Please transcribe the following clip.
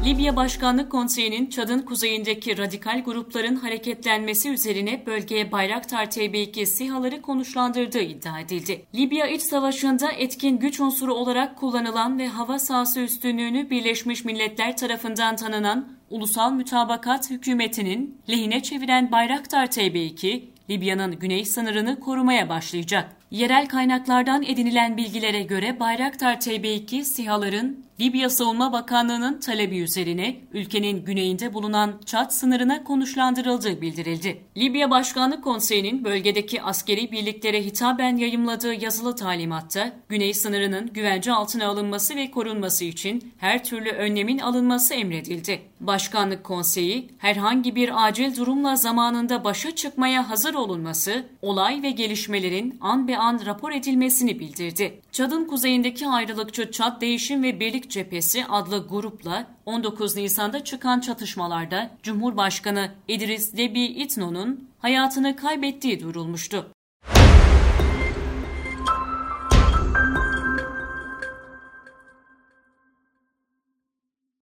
Libya Başkanlık Konseyi'nin Çad'ın kuzeyindeki radikal grupların hareketlenmesi üzerine bölgeye Bayraktar TB2 SİHA'ları konuşlandırdığı iddia edildi. Libya İç Savaşı'nda etkin güç unsuru olarak kullanılan ve hava sahası üstünlüğünü Birleşmiş Milletler tarafından tanınan Ulusal Mütabakat Hükümeti'nin lehine çeviren Bayraktar TB2, Libya'nın güney sınırını korumaya başlayacak. Yerel kaynaklardan edinilen bilgilere göre Bayraktar TB2 SİHA'ların Libya Savunma Bakanlığı'nın talebi üzerine ülkenin güneyinde bulunan Çad sınırına konuşlandırıldığı bildirildi. Libya Başkanlık Konseyi'nin bölgedeki askeri birliklere hitaben yayımladığı yazılı talimatta güney sınırının güvence altına alınması ve korunması için her türlü önlemin alınması emredildi. Başkanlık Konseyi, herhangi bir acil durumla zamanında başa çıkmaya hazır olunması, olay ve gelişmelerin an be an rapor edilmesini bildirdi. Çad'ın kuzeyindeki ayrılıkçı Çad Değişim ve Birlik Cephesi adlı grupla 19 Nisan'da çıkan çatışmalarda Cumhurbaşkanı İdris Déby Itno'nun hayatını kaybettiği duyurulmuştu.